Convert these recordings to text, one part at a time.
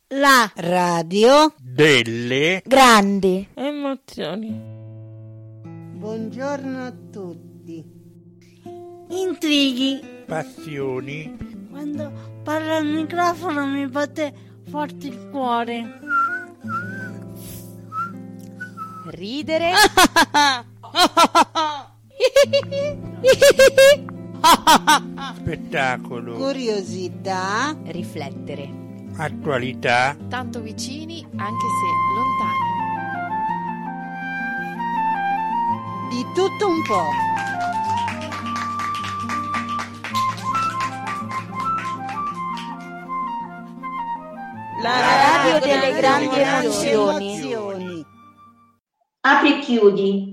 La radio delle grandi emozioni. Buongiorno a tutti. intrighi. passioni. Quando parlo al microfono mi batte forte il cuore. ridere spettacolo, Curiosità, riflettere, attualità, tanto vicini anche se lontani. di tutto un po'. la radio delle grandi emozioni. Apri e chiudi.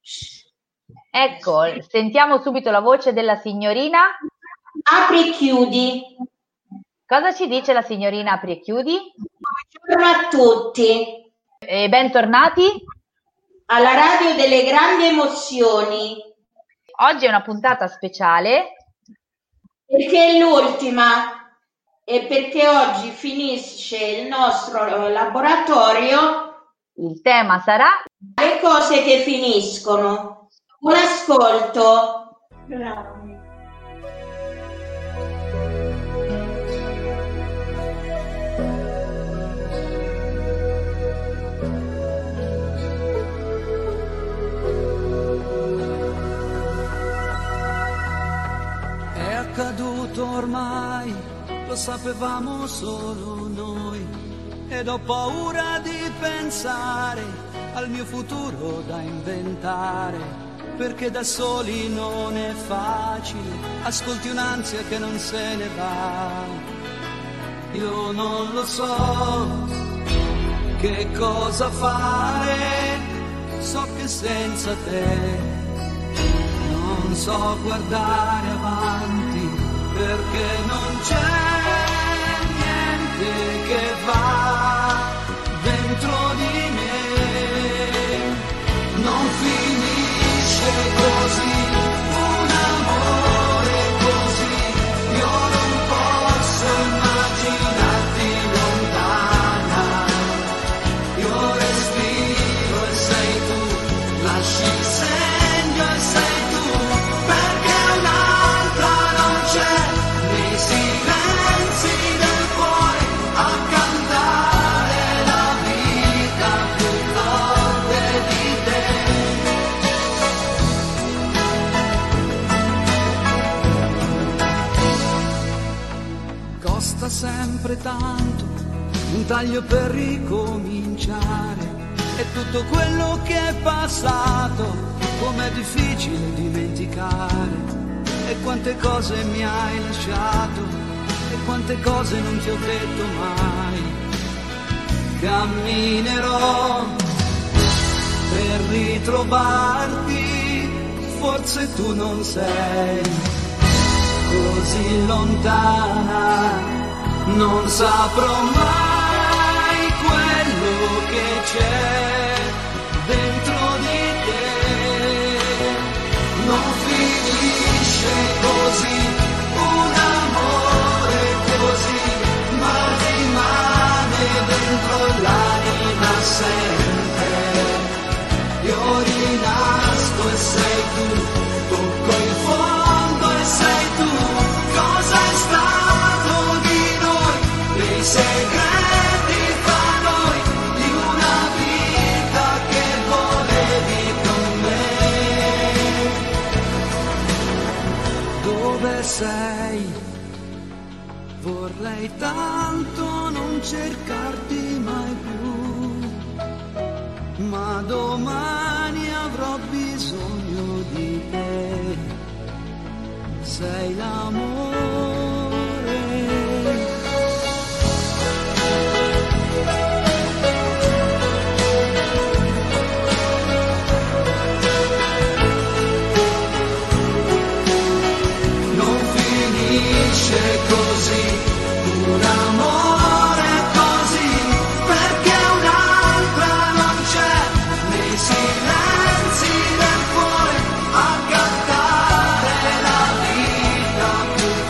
Ecco, sentiamo subito la voce della signorina. Apri e chiudi. Cosa ci dice la signorina Apri e chiudi? Buongiorno a tutti. E bentornati. Alla radio delle grandi emozioni. Oggi è una puntata speciale. Perché è l'ultima. E perché oggi finisce il nostro laboratorio. Il tema sarà Le cose che finiscono. Buon ascolto. È accaduto ormai, lo sapevamo solo noi, ed ho paura di pensare al mio futuro da inventare, perché da soli non è facile, ascolti un'ansia che non se ne va. Io non lo so che cosa fare, so che senza te non so guardare avanti, perché non c'è niente che va dentro di me, non finisce così, un amore così, io non posso immaginarti lontana, io respiro e sei tu, lasci il segno e sei tu, perché un'altra non c'è, nei silenzi del cuore a cantare la vita più forte di te. Costa sempre tanto un taglio per ricominciare, e tutto quello che è passato com'è difficile dimenticare, e quante cose mi hai lasciato e quante cose non ti ho detto mai. Camminerò per ritrovarti, forse tu non sei così lontana, non saprò mai quello che c'è dentro di te, non finisce così, un amore così, ma rimane dentro l'anima sempre. Io rinasco e sei tu, tocco il fondo e sei tu, cosa è stato di noi, dei segreti fra noi, di una vita che volevi con me. Dove sei? Vorrei tanto non cercarti mai più, ma domani avrò bisogno di te, sei l'amore. Non finisce così, un amore così, perché un'altra non c'è, nei silenzi del cuore a cantare la vita più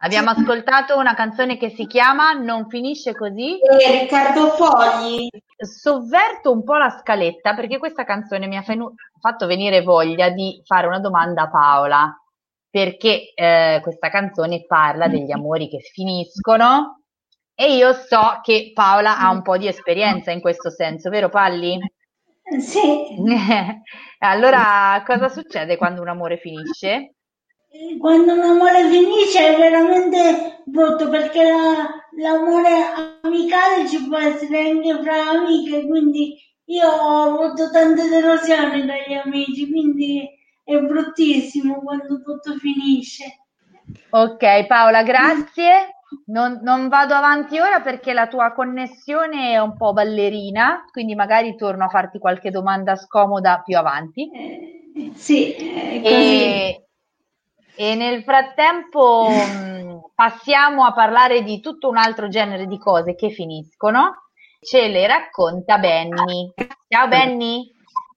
Abbiamo ascoltato una canzone che si chiama Non finisce così. Riccardo Fogli. Sovverto un po' la scaletta perché questa canzone mi ha fatto venire voglia di fare una domanda a Paola, perché questa canzone parla degli amori che finiscono e io so che Paola ha un po' di esperienza in questo senso, vero Palli? Sì. Allora, cosa succede quando un amore finisce? Quando un amore finisce è veramente brutto, perché l'amore amicale ci può essere anche fra amiche, quindi io ho avuto tante delusioni dagli amici, quindi è bruttissimo quando tutto finisce. Ok Paola, grazie. Non vado avanti ora perché la tua connessione è un po' ballerina, quindi magari torno a farti qualche domanda scomoda più avanti. Sì, così. E nel frattempo passiamo a parlare di tutto un altro genere di cose che finiscono. Ce le racconta Benny. Ciao Benny.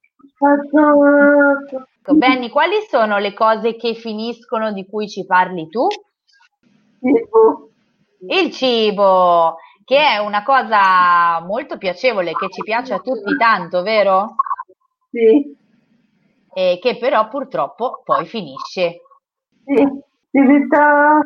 Benny, quali sono le cose che finiscono di cui ci parli tu? Il cibo, che è una cosa molto piacevole, che ci piace a tutti tanto, vero? Sì. E che però purtroppo poi finisce. Sì, diventa...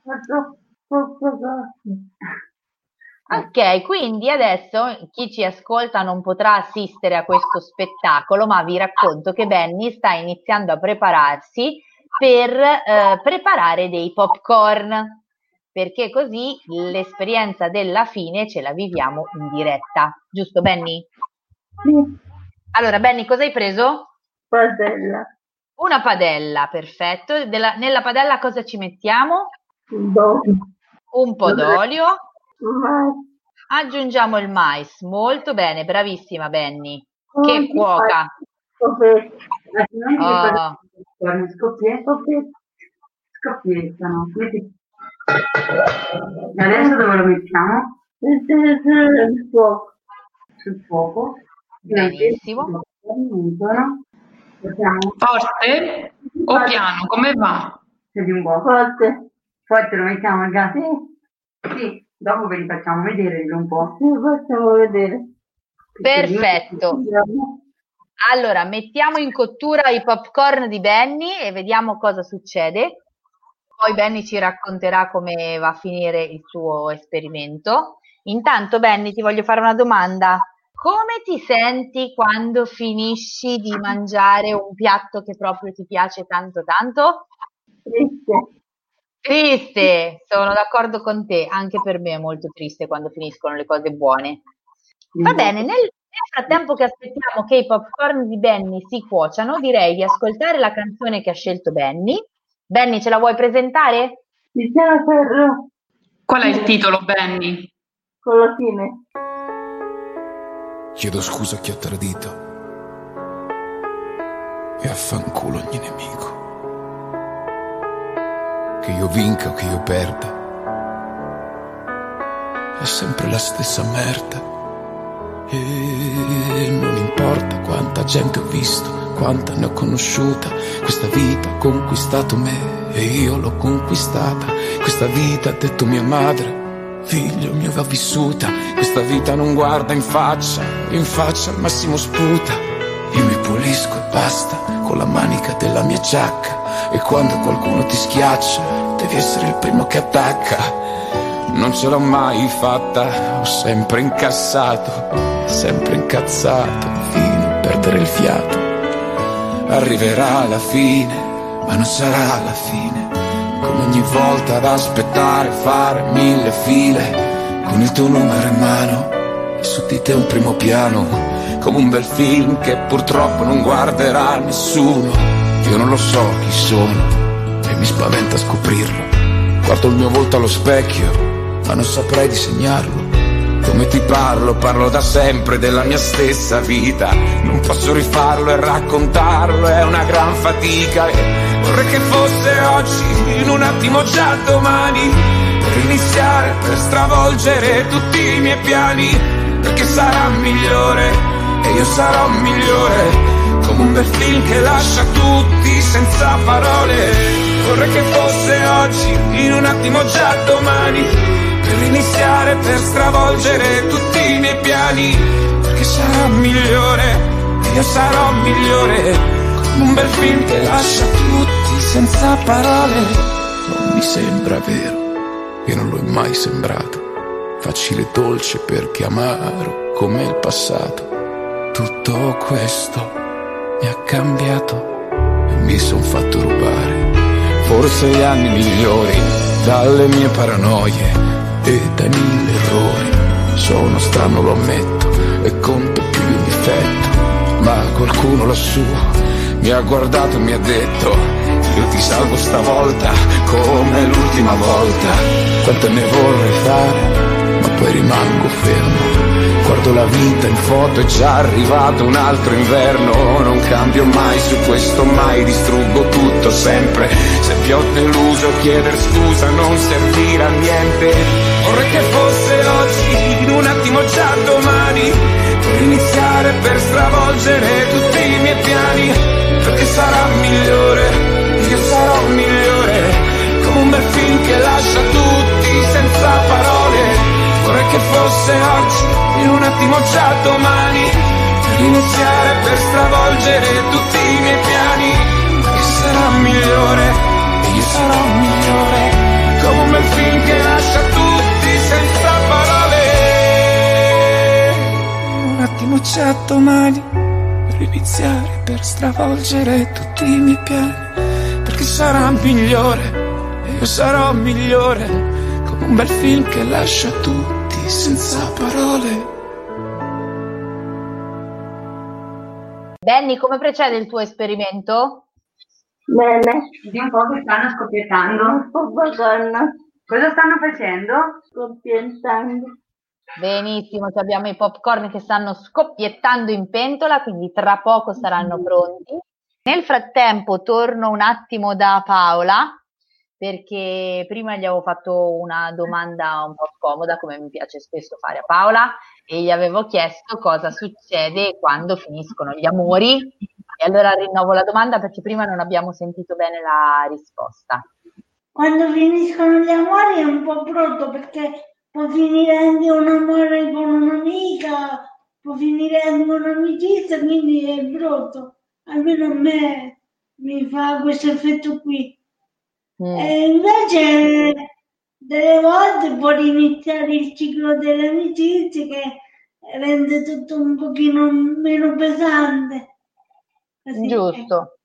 Ok, quindi adesso chi ci ascolta non potrà assistere a questo spettacolo, ma vi racconto che Benny sta iniziando a prepararsi per preparare dei popcorn, perché così l'esperienza della fine ce la viviamo in diretta. Giusto, Benny? Sì. Allora, Benny, cosa hai preso? Padella. Una padella, perfetto. Nella padella cosa ci mettiamo? Un po' d'olio. Aggiungiamo il mais. Molto bene, bravissima Benny. Che cuoca. Scoppiettano. Adesso dove lo mettiamo? Sul fuoco. Benissimo. Forte o piano? Come va? Senti un po'. Forte. Forte, lo mettiamo al gas? Sì. Dopo ve li facciamo vedere un po'. Sì, facciamo vedere. Perfetto. Allora, mettiamo in cottura i popcorn di Benny e vediamo cosa succede. Poi Benny ci racconterà come va a finire il suo esperimento. Intanto, Benny, ti voglio fare una domanda. Come ti senti quando finisci di mangiare un piatto che proprio ti piace tanto tanto? Triste. Triste, sono d'accordo con te, anche per me è molto triste quando finiscono le cose buone. Va bene, nel frattempo che aspettiamo che i popcorn di Benny si cuociano, direi di ascoltare la canzone che ha scelto Benny. Benny, ce la vuoi presentare? Tiziano Ferro. Qual è il titolo, Benny? Con la fine. Chiedo scusa a chi ho tradito e affanculo ogni nemico. Che io vinca o che io perda, è sempre la stessa merda. E non importa quanta gente ho visto, quanta ne ho conosciuta, questa vita ha conquistato me e io l'ho conquistata. Questa vita ha detto mia madre, figlio mio va vissuta. Questa vita non guarda in faccia al massimo sputa. Io mi pulisco e basta con la manica della mia giacca. E quando qualcuno ti schiaccia, devi essere il primo che attacca. Non ce l'ho mai fatta, ho sempre incassato, sempre incazzato, fino a perdere il fiato. Arriverà la fine, ma non sarà la fine. Come ogni volta ad aspettare, fare 1000 file, con il tuo numero in mano e su di te un primo piano. Come un bel film che purtroppo non guarderà nessuno. Io non lo so chi sono e mi spaventa scoprirlo. Guardo il mio volto allo specchio, ma non saprei disegnarlo. Come ti parlo da sempre della mia stessa vita. Non posso rifarlo e raccontarlo, è una gran fatica. E vorrei che fosse oggi, in un attimo già domani, per iniziare, per stravolgere tutti i miei piani. Perché sarà migliore e io sarò migliore. Come un bel film che lascia tutti senza parole. Vorrei che fosse oggi, in un attimo già domani, per iniziare, per stravolgere tutti i miei piani, perché sarà migliore, io sarò migliore, come un bel film che lascia tutti senza parole. Non mi sembra vero, e non lo è mai sembrato, facile e dolce perché amaro come il passato. Tutto questo mi ha cambiato e mi son fatto rubare forse gli anni migliori dalle mie paranoie e dai 1000 errori. Sono strano, lo ammetto, e conto più in difetto, ma qualcuno lassù mi ha guardato e mi ha detto: io ti salvo stavolta come l'ultima volta. Quante ne vorrei fare, ma poi rimango fermo. Guardo la vita in foto, è già arrivato un altro inverno. Non cambio mai su questo, mai distruggo tutto sempre. Se vi ho deluso, chieder scusa non servirà a niente. Vorrei che fosse oggi, in un attimo già domani, per iniziare, per stravolgere tutti i miei piani, perché sarà migliore, io sarò migliore, come un bel film che lascia tutti senza parole. Vorrei che fosse oggi, in un attimo già domani, per iniziare, per stravolgere tutti i miei piani, perché sarà migliore, io sarò migliore, come un bel film che lascia tutti senza parole. Un attimo già domani, per iniziare, per stravolgere tutti i miei piani, perché sarà migliore, io sarò migliore, come un bel film che lascia tutti senza parole. Benny, come procede il tuo esperimento? Bene. Vedi un po' che stanno scoppiettando. Un po' bacana. Cosa stanno facendo? Scoppiettando. Benissimo, abbiamo i popcorn che stanno scoppiettando in pentola, quindi tra poco saranno pronti. Nel frattempo torno un attimo da Paola, perché prima gli avevo fatto una domanda un po' scomoda, come mi piace spesso fare a Paola, e gli avevo chiesto cosa succede quando finiscono gli amori, e allora rinnovo la domanda perché prima non abbiamo sentito bene la risposta. Quando finiscono gli amori è un po' brutto, perché può finire anche un amore con un'amica, può finire anche un'amicizia, quindi è brutto. Almeno a me mi fa questo effetto qui. E invece delle volte può iniziare il ciclo delle amicizie, che rende tutto un pochino meno pesante. Così. Giusto.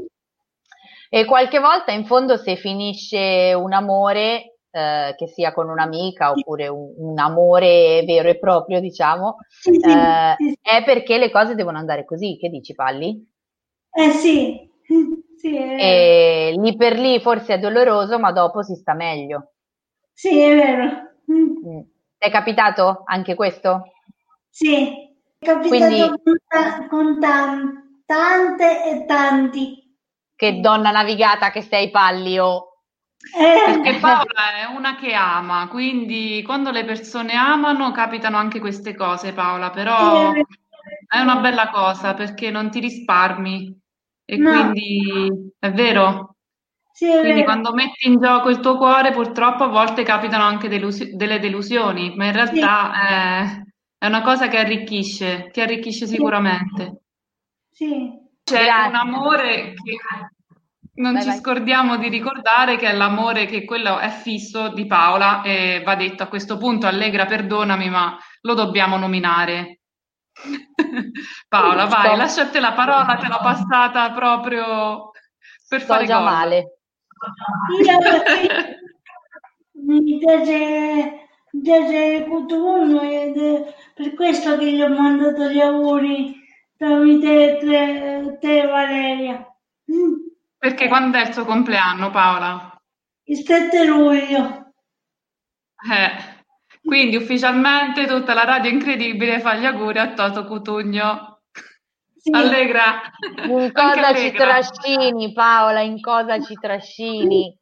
E qualche volta in fondo se finisce un amore, che sia con un'amica oppure un amore vero e proprio, diciamo, sì. È perché le cose devono andare così. Che dici, Palli? Sì. Sì, e lì per lì forse è doloroso, ma dopo si sta meglio. Sì, è vero. Ti è capitato anche questo? Sì, è capitato con tante e tanti. Che donna navigata che sei, Palli, oh. Perché Paola è una che ama, quindi quando le persone amano capitano anche queste cose, Paola, però è una bella cosa perché non ti risparmi. E no. Quindi è vero? Sì, è quindi vero. Quando metti in gioco il tuo cuore, purtroppo a volte capitano anche delle delusioni, ma in realtà è una cosa che arricchisce, ti arricchisce sicuramente. Sì. C'è un amore che non ci scordiamo di ricordare, che è l'amore, che quello è fisso di Paola, e va detto a questo punto, Allegra, perdonami, ma lo dobbiamo nominare. Paola, vai, lasciate la parola, te l'ho passata proprio per fare già gol. Male. Mi piace Cutugno, ed è per questo che gli ho mandato gli auguri tramite te, Valeria. Perché quando è il suo compleanno, Paola? Il 7 luglio. Quindi ufficialmente tutta la radio incredibile fa gli auguri a Toto Cutugno. Sì. Allegra. In cosa ci trascini, Paola? In cosa ci trascini?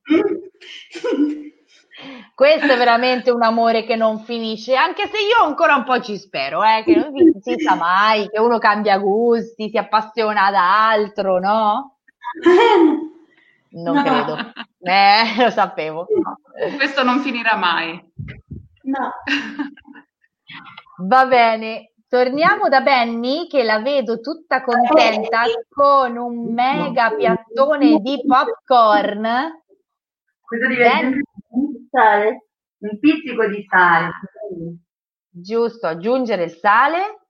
Questo è veramente un amore che non finisce, anche se io ancora un po' ci spero, che non si sa mai, che uno cambia gusti, si appassiona ad altro, no? Non credo. Lo sapevo. Questo non finirà mai. No. Va bene, torniamo da Benny che la vedo tutta contenta con un mega piattone di popcorn. Questo diventa sale, un pizzico di sale. Giusto, aggiungere il sale.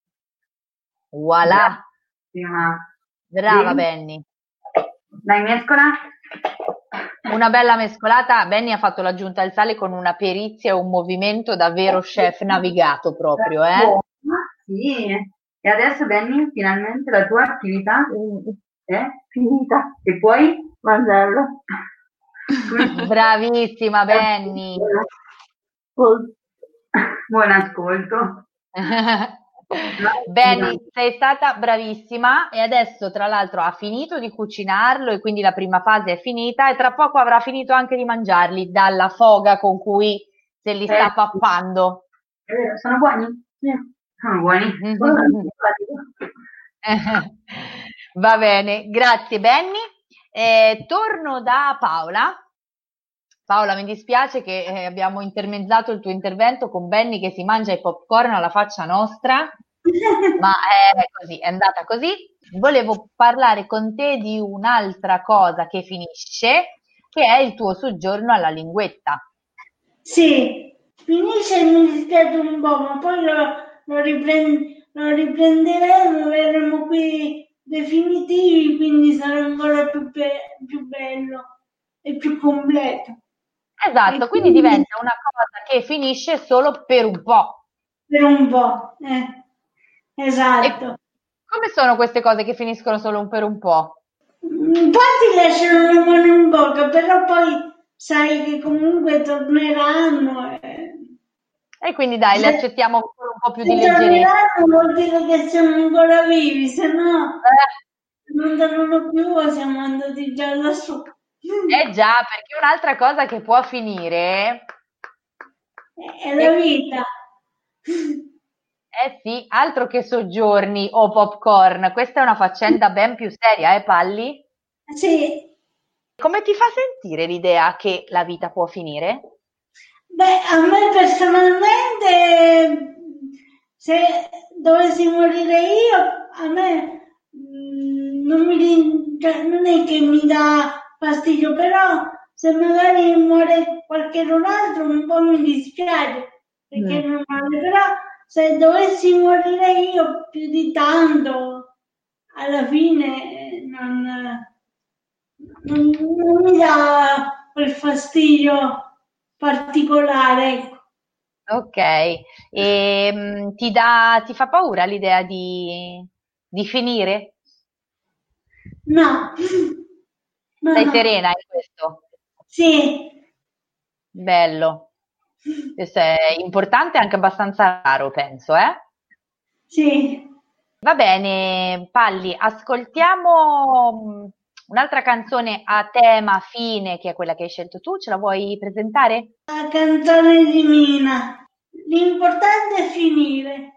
Voilà. Brava Benny. Dai, mescola. Una bella mescolata. Benny ha fatto l'aggiunta del sale con una perizia e un movimento davvero chef navigato proprio, Sì. E adesso Benny, finalmente la tua attività è finita e puoi mangiarlo. Bravissima Benny. Buon ascolto. Benny, sei stata bravissima e adesso tra l'altro ha finito di cucinarlo e quindi la prima fase è finita e tra poco avrà finito anche di mangiarli dalla foga con cui se li sta pappando. È vero, sono buoni? Sono buoni. Va bene, grazie Benny. Torno da Paola. Paola, mi dispiace che abbiamo intermezzato il tuo intervento con Benny che si mangia i popcorn alla faccia nostra, ma è così, è andata così. Volevo parlare con te di un'altra cosa che finisce, che è il tuo soggiorno alla Linguetta. Sì, finisce e mi dispiace un po', ma poi lo riprenderemo, verremo qui definitivi, quindi sarà ancora più bello e più completo. Esatto, quindi diventa una cosa che finisce solo per un po'. Per un po', esatto. E come sono queste cose che finiscono solo per un po'? Un po' ti lasciano la mano in bocca, però poi sai che comunque torneranno. E quindi dai, le accettiamo ancora un po' più di leggerezza. leggerezza. Vuol dire che siamo ancora vivi, se no non tornano più, siamo andati già lassù. Già, perché un'altra cosa che può finire è la vita. Sì, altro che soggiorni o popcorn, questa è una faccenda ben più seria, Palli? Sì. Come ti fa sentire l'idea che la vita può finire? Beh, a me personalmente, se dovessi morire io, a me non è che mi dà fastidio, però se magari muore qualcun altro un po' mi dispiace, perché è normale, però se dovessi morire io più di tanto, alla fine non mi dà quel fastidio particolare, ecco. Ok, e ti fa paura l'idea di finire? No. Sei serena in questo? Sì. Bello. Questo è importante e anche abbastanza raro, penso, Sì. Va bene, Palli, ascoltiamo un'altra canzone a tema fine, che è quella che hai scelto tu. Ce la vuoi presentare? La canzone di Mina. L'importante è finire.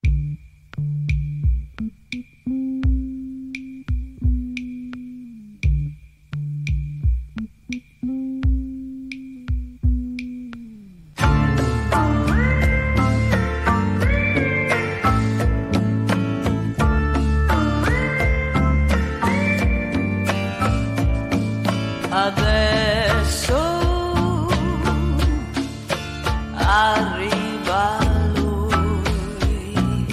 Adesso arriva lui,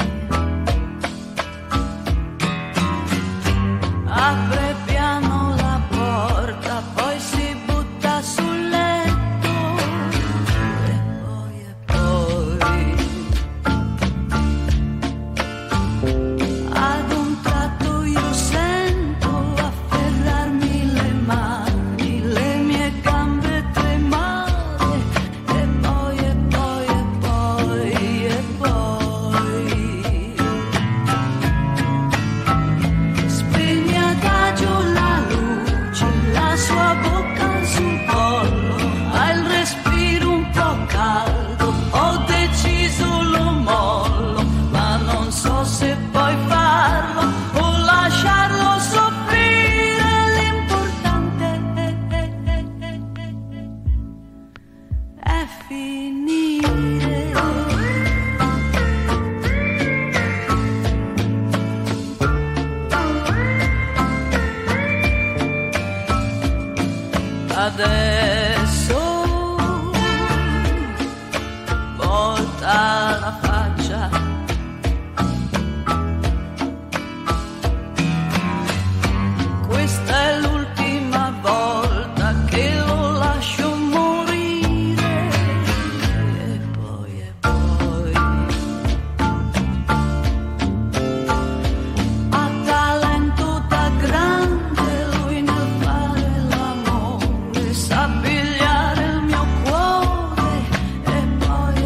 adesso volta la faccia, questa è l'ultima volta che lo lascio morire. E poi ha talento da grande lui nel fare l'amore, sa pigliare il mio cuore. E poi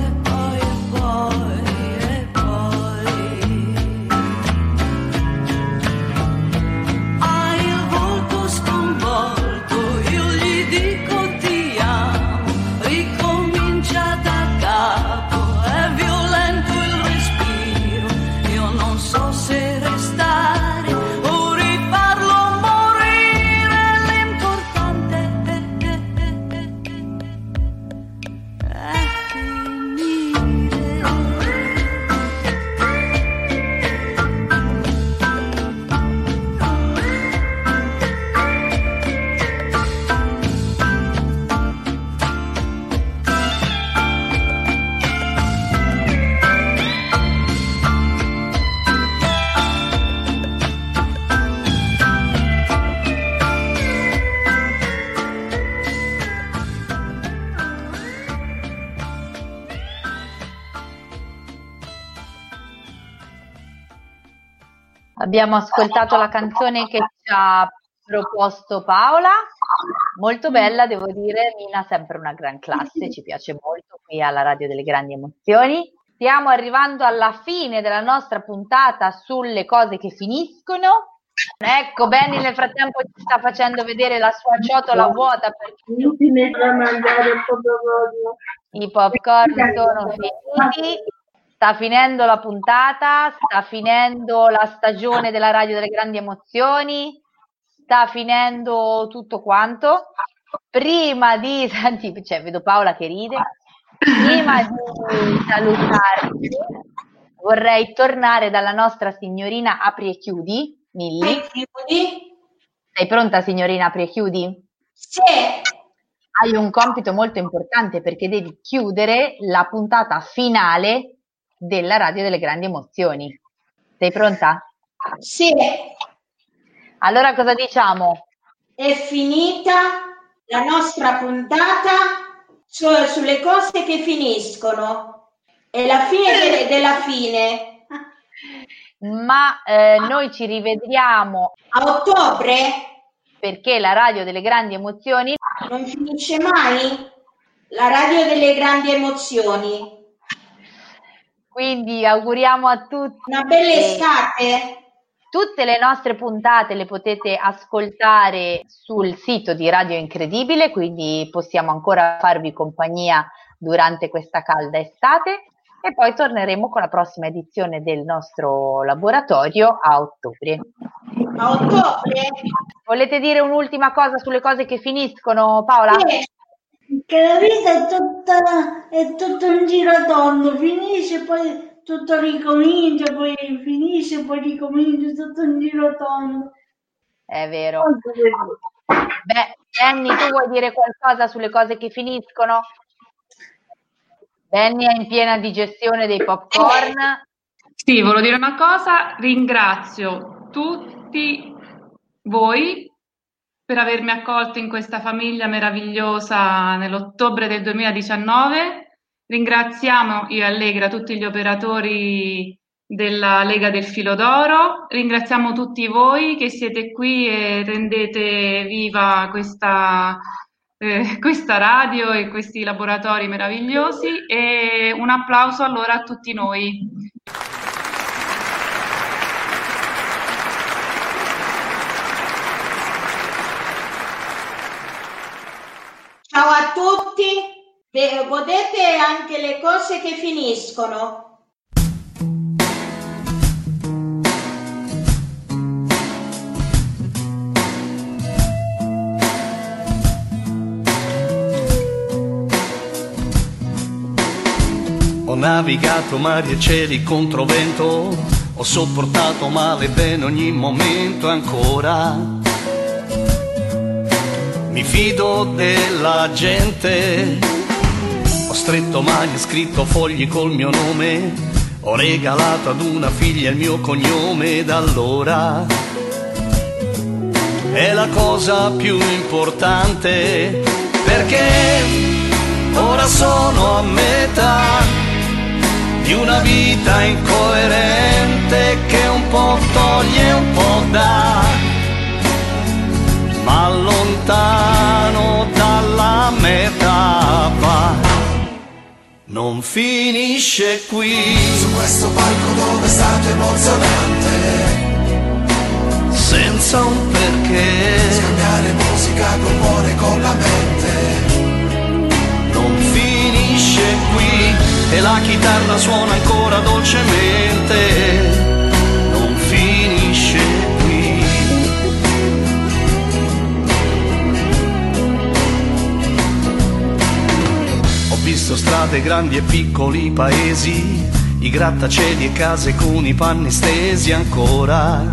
ha il volto sconvolto, io gli dico ti amo, ricomincia da capo, è violento il respiro, io non so se restare o rifarlo morire, l'importante è Abbiamo ascoltato la canzone che ci ha proposto Paola, molto bella, devo dire. Mina, sempre una gran classe, ci piace molto qui alla Radio delle Grandi Emozioni. Stiamo arrivando alla fine della nostra puntata sulle cose che finiscono. Ecco, Benny nel frattempo ci sta facendo vedere la sua ciotola vuota perché i popcorn sono finiti. Sta finendo la puntata, sta finendo la stagione della Radio delle Grandi Emozioni, sta finendo tutto quanto. Prima di, senti, cioè, vedo Paola che ride, prima di salutarci vorrei tornare dalla nostra signorina Apri e Chiudi, Milli. Sei pronta, signorina Apri e Chiudi? Sì. Hai un compito molto importante perché devi chiudere la puntata finale della Radio delle Grandi Emozioni. Sei pronta? Sì. Allora cosa diciamo? È finita la nostra puntata sulle cose che finiscono. È la fine della fine. Ma noi ci rivedremo a ottobre, perché la Radio delle Grandi Emozioni non finisce mai. La Radio delle Grandi Emozioni. Quindi auguriamo a tutti una bella estate. Tutte le nostre puntate le potete ascoltare sul sito di Radio Incredibile, quindi possiamo ancora farvi compagnia durante questa calda estate e poi torneremo con la prossima edizione del nostro laboratorio a ottobre. A ottobre? Volete dire un'ultima cosa sulle cose che finiscono, Paola? Sì. Che la vita è tutto un giro tondo, finisce, poi tutto ricomincia, poi finisce, poi ricomincia, tutto un giro tondo. È vero. Beh, Benny, tu vuoi dire qualcosa sulle cose che finiscono? Benny è in piena digestione dei popcorn. Sì, volevo dire una cosa, ringrazio tutti voi per avermi accolto in questa famiglia meravigliosa nell'ottobre del 2019. Ringraziamo io e Allegra tutti gli operatori della Lega del Filo d'Oro, ringraziamo tutti voi che siete qui e rendete viva questa radio e questi laboratori meravigliosi, e un applauso allora a tutti noi. Ciao a tutti, godete anche le cose che finiscono. Ho navigato mari e cieli contro vento, ho sopportato male e bene ogni momento ancora. mi fido della gente. Ho stretto mani, scritto fogli col mio nome, ho regalato ad una figlia il mio cognome, ed allora è la cosa più importante, perché ora sono a metà di una vita incoerente che un po' toglie e un po' dà, ma lontano dalla meta va. Non finisce qui, su questo palco dove è stato emozionante, senza un perché, scambiare musica col cuore e con la mente. Non finisce qui, e la chitarra suona ancora dolcemente. Non finisce qui. Ho visto strade grandi e piccoli paesi, i grattacieli e case con i panni stesi ancora.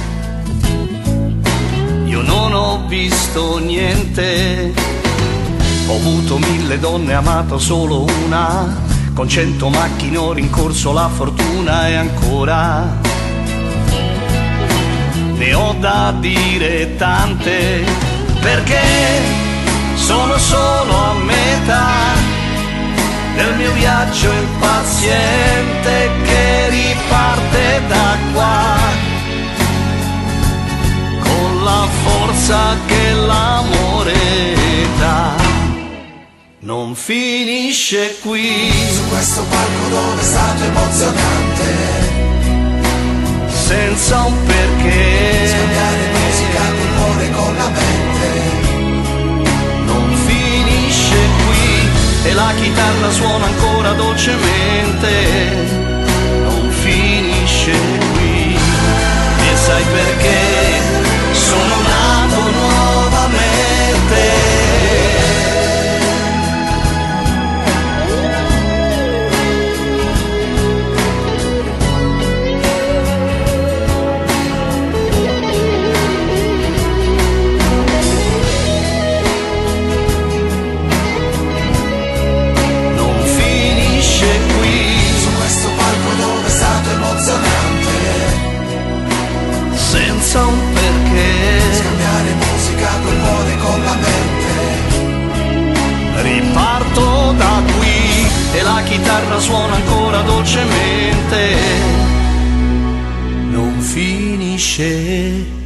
Io non ho visto niente, ho avuto 1000 donne, amato solo una, con 100 macchine ho rincorso la fortuna, e ancora ne ho da dire tante, perché sono solo a metà del mio viaggio impaziente che riparte da qua, con la forza che l'amore dà. Non finisce qui, su questo palco dove è stato emozionante, senza un perché, scambiare musica col cuore e con la mente. Non finisce qui, e la chitarra suona ancora dolcemente. Non finisce qui, e sai perché? Sono nato nuovamente. Senza un perché, scambiare musica col cuore e con la mente. Riparto da qui, e la chitarra suona ancora dolcemente. Non finisce